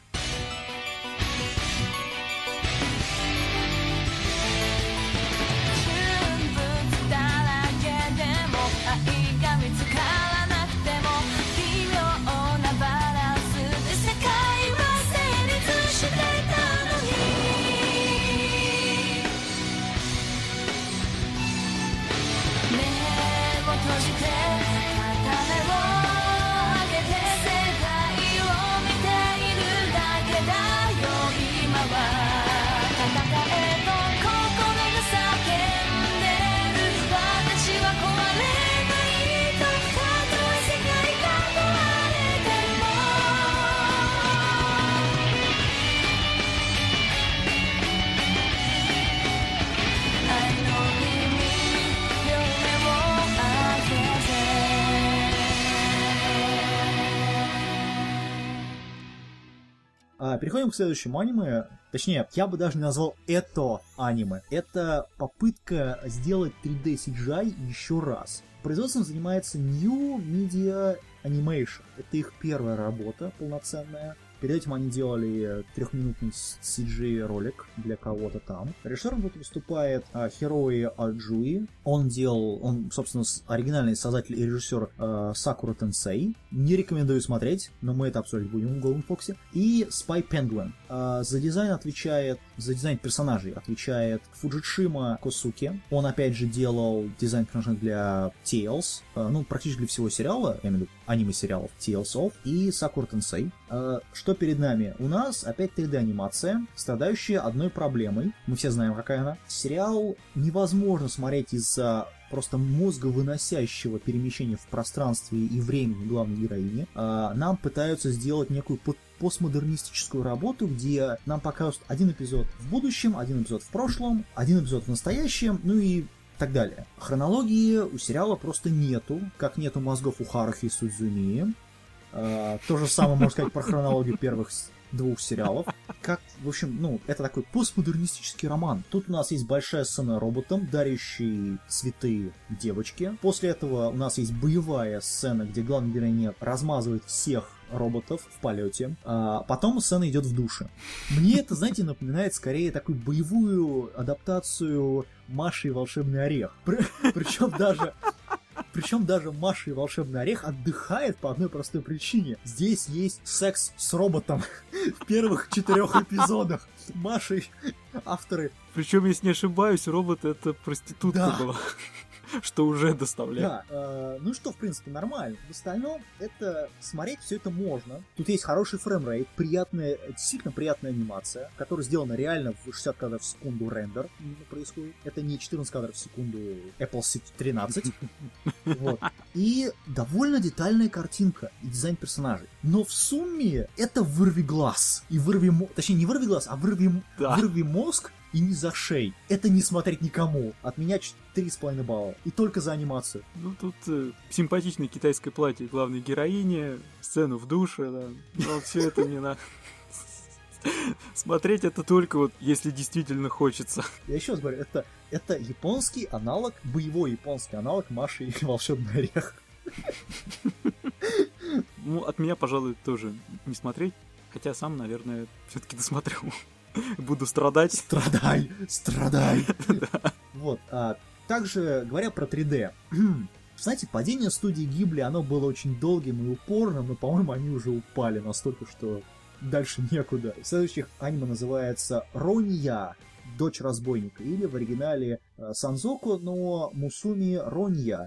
Переходим к следующему аниме. Точнее, я бы даже не назвал это аниме. Это попытка сделать три дэ си джи ай еще раз. Производством занимается New Media Animation. Это их первая работа полноценная. Перед этим они делали трехминутный си джи ролик для кого-то там. Режиссером тут выступает а, Хирои Аджуи. Он делал, он, собственно, оригинальный создатель и режиссер а, Сакура Тенсей. Не рекомендую смотреть, но мы это обсуждать будем в Golden Fox. И Spy Penguin. А, за дизайн отвечает, за дизайн персонажей отвечает Фуджишима Косуки. Он, опять же, делал дизайн персонажей для Tales, а, ну, практически для всего сериала, я имею в виду аниме-сериалов Tales of, и Сакура Тенсей. А, что перед нами? У нас опять три дэ-анимация, страдающая одной проблемой. Мы все знаем, какая она. Сериал невозможно смотреть из-за просто мозговыносящего перемещения в пространстве и времени главной героини. А, нам пытаются сделать некую постмодернистическую работу, где нам показывают один эпизод в будущем, один эпизод в прошлом, один эпизод в настоящем, ну и так далее. Хронологии у сериала просто нету, как нету мозгов у Харухи и Судзумии. Uh, то же самое можно сказать про хронологию первых двух сериалов. Как, в общем, ну, это такой постмодернистический роман. Тут у нас есть большая сцена роботом, дарящей цветы девочке. После этого у нас есть боевая сцена, где главная героиня размазывает всех роботов в полете. А потом сцена идет в душе. Мне это, знаете, напоминает скорее такую боевую адаптацию Маши и волшебный орех. Причем даже... Причем даже Маша и волшебный орех отдыхает по одной простой причине. Здесь есть секс с роботом в первых четырех эпизодах. Маша и авторы... Причем, если не ошибаюсь, робот это проститутка да. была. Что уже доставляет. Да, э, ну что, в принципе, нормально. В остальном, это смотреть все это можно. Тут есть хороший фреймрейт, приятная, действительно приятная анимация, которая сделана реально в шестьдесят кадров в секунду рендер происходит. Это не четырнадцать кадров в секунду Apple тринадцать. Вот. И довольно детальная картинка и дизайн персонажей. Но в сумме это вырви глаз. И вырви... Точнее, не вырви глаз, а вырви, да. вырви мозг. И не за шей. Это не смотреть никому. От меня четыре с половиной балла. И только за анимацию. Ну, тут э, симпатичное китайское платье главной героини, сцену в душе, да. Но все это не на... Смотреть это только вот, если действительно хочется. Я еще раз говорю, это, это японский аналог, боевой японский аналог Маши и волшебный орех. Ну, от меня, пожалуй, тоже не смотреть. Хотя сам, наверное, все-таки досмотрю. Буду страдать. Страдай, страдай. Да. Вот. А, также, говоря про три дэ, знаете, падение студии Гибли, оно было очень долгим и упорным, но, по-моему, они уже упали настолько, что дальше некуда. Следующих аниме называется Ронья, дочь разбойника, или в оригинале Санзоку, но Мусуми Ронья.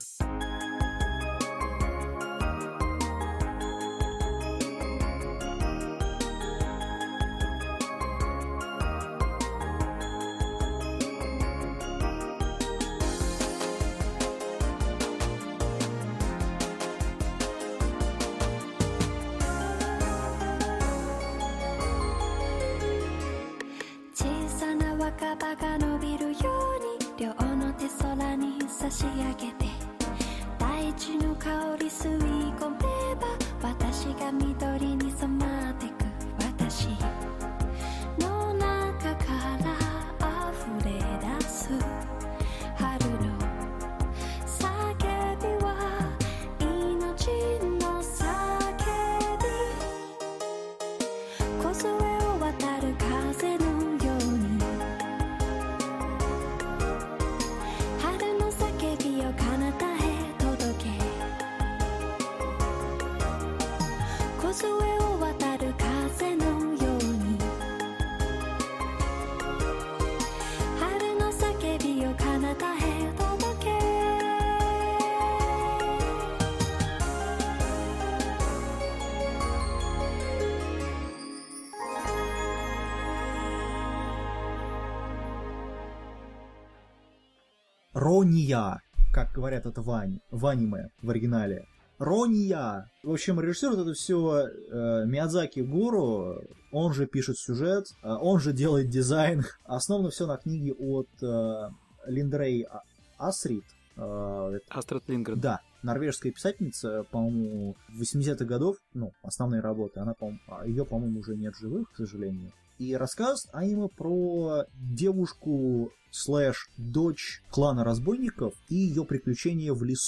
'Ронья', как говорят это в, ани, в аниме, в оригинале. 'Ронья'. В общем, режиссер вот это все э, Миядзаки Гору, он же пишет сюжет, э, он же делает дизайн. Основано все на книге от э, Линдрей Астрид. Э, Астрид Лингрен. Да, норвежская писательница, по-моему, восьмидесятых годов, ну, основные работы, она, по-моему, ее, по-моему, уже нет живых, к сожалению. И рассказ аниме про девушку слэш дочь клана разбойников и ее приключения в лесу.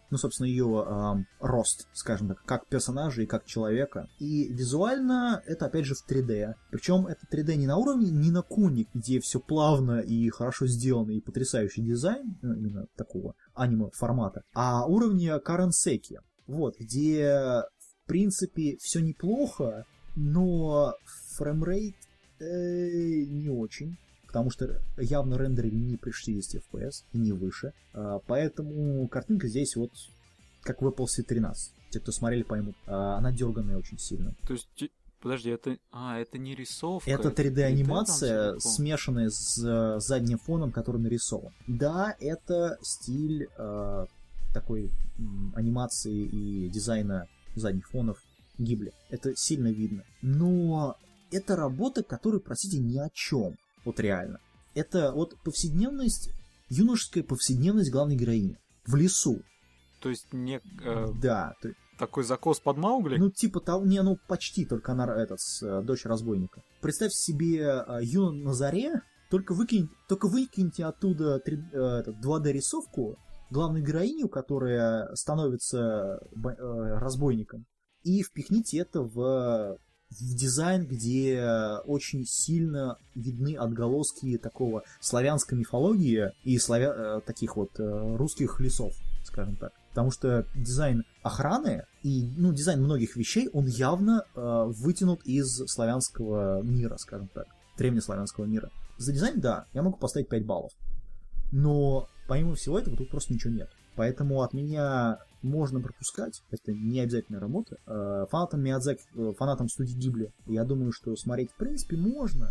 ну, собственно, ее э, рост, скажем так, как персонажа и как человека. И визуально это, опять же, в три дэ. Причем это три дэ не на уровне Ни на Куни, где все плавно и хорошо сделано, и потрясающий дизайн, ну, именно такого аниме-формата, а уровне Каренсеки, вот, где, в принципе, все неплохо, но фреймрейт э, не очень. Потому что явно рендеры не при шестьдесят эф пи эс и не выше. Поэтому картинка здесь вот как в Apple си тринадцать. Те, кто смотрели, поймут. Она дерганная очень сильно. То есть, подожди, это... А, это не рисовка? Это три дэ-анимация, смешанная с задним фоном, который нарисован. Да, это стиль э, такой м, анимации и дизайна задних фонов Гибли. Это сильно видно. Но это работа, которая, простите, ни о чем. Вот реально. Это вот повседневность, юношеская повседневность главной героини. В лесу. То есть не... Э, да. Такой закос под Маугли? Ну, типа того, не, ну, почти, только она, этот, с, дочь разбойника. Представь себе э, Юну на заре, только, выкинь, только выкиньте оттуда три, э, этот, два дэ-рисовку главной героиню, которая становится э, разбойником, и впихните это в... в дизайн, где очень сильно видны отголоски такого славянской мифологии и славя... э, таких вот э, русских лесов, скажем так. Потому что дизайн охраны и ну, дизайн многих вещей, он явно э, вытянут из славянского мира, скажем так, древнеславянского мира. За дизайн, да, я могу поставить пять баллов. Но помимо всего этого тут просто ничего нет. Поэтому от меня можно пропускать, это не обязательная работа. Фанатам Миядзаки, фанатам студии Гибли, я думаю, что смотреть в принципе можно.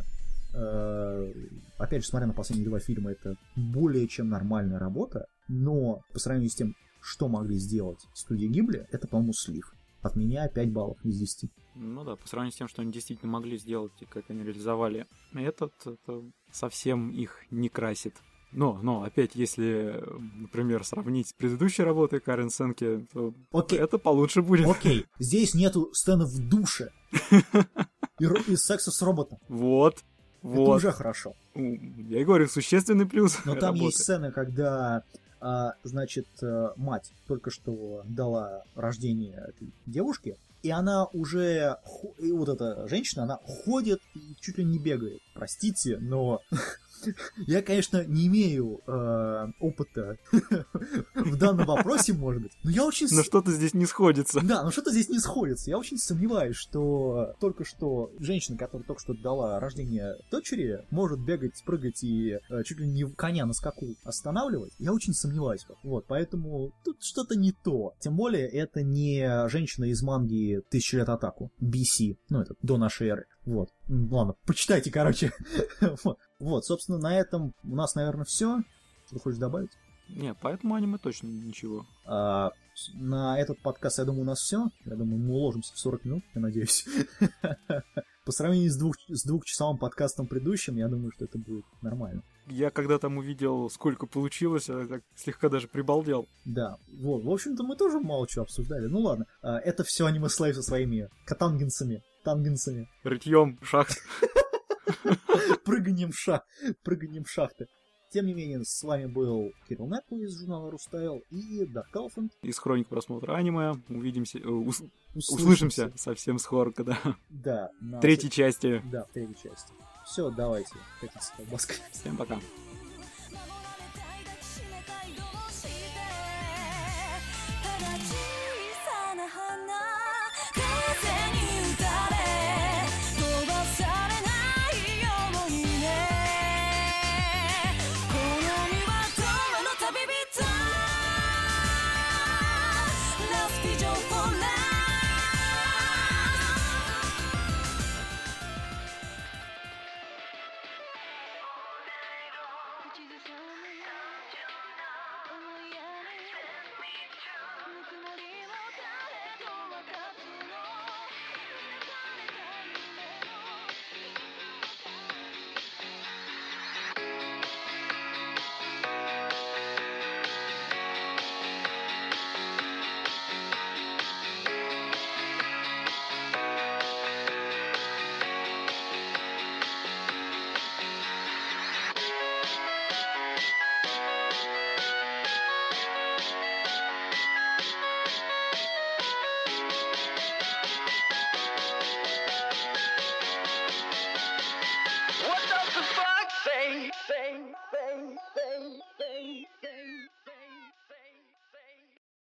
Опять же, смотря на последние два фильма, это более чем нормальная работа, но по сравнению с тем, что могли сделать студия Гибли, это, по-моему, слив. От меня пять баллов из десяти. Ну да, по сравнению с тем, что они действительно могли сделать и как они реализовали этот, это совсем их не красит. Но, но, опять, если, например, сравнить с предыдущей работой Карен Сенки, то Окей. это получше будет. Окей, здесь нету сценов в душе и, и секса с роботом. Вот, вот. Это уже хорошо. Я и говорю, существенный плюс. Но там работы. Есть сцена, когда, а, значит, мать только что дала рождение этой девушке, и она уже, и вот эта женщина, она ходит и чуть ли не бегает. Простите, но... Я, конечно, не имею э, опыта в данном вопросе, может быть, но я очень... Но что-то здесь не сходится. Да, но что-то здесь не сходится. Я очень сомневаюсь, что только что женщина, которая только что дала рождение дочери, может бегать, прыгать и э, чуть ли не коня на скаку останавливать. Я очень сомневаюсь. Вот, поэтому тут что-то не то. Тем более, это не женщина из манги «Тысяча лет атаку», би си, ну, это до нашей эры. Вот. Ладно, почитайте, короче. вот. вот, собственно, на этом у нас, наверное, все. Что хочешь добавить? Не, поэтому аниме точно ничего. А, на этот подкаст, я думаю, у нас все. Я думаю, мы уложимся в сорок минут, я надеюсь. По сравнению с, двух, с двухчасовым подкастом предыдущим, я думаю, что это будет нормально. Я когда там увидел, сколько получилось, я так слегка даже прибалдел. Да, вот. В общем-то, мы тоже мало чего обсуждали. Ну ладно, это все аниме слайв со своими катангенсами. Тангенсами. Рытьем шахт. Прыганием ша... Прыганием шахты. Тем не менее, с вами был Кирилл Непу из журнала Рустайл и Дарк Элфанд. Из хроник просмотра аниме. Увидимся... Э, ус... Услышимся. Услышимся совсем скоро, когда... Да. В третьей части. Да, в третьей части. Все, давайте. Всем пока. Joe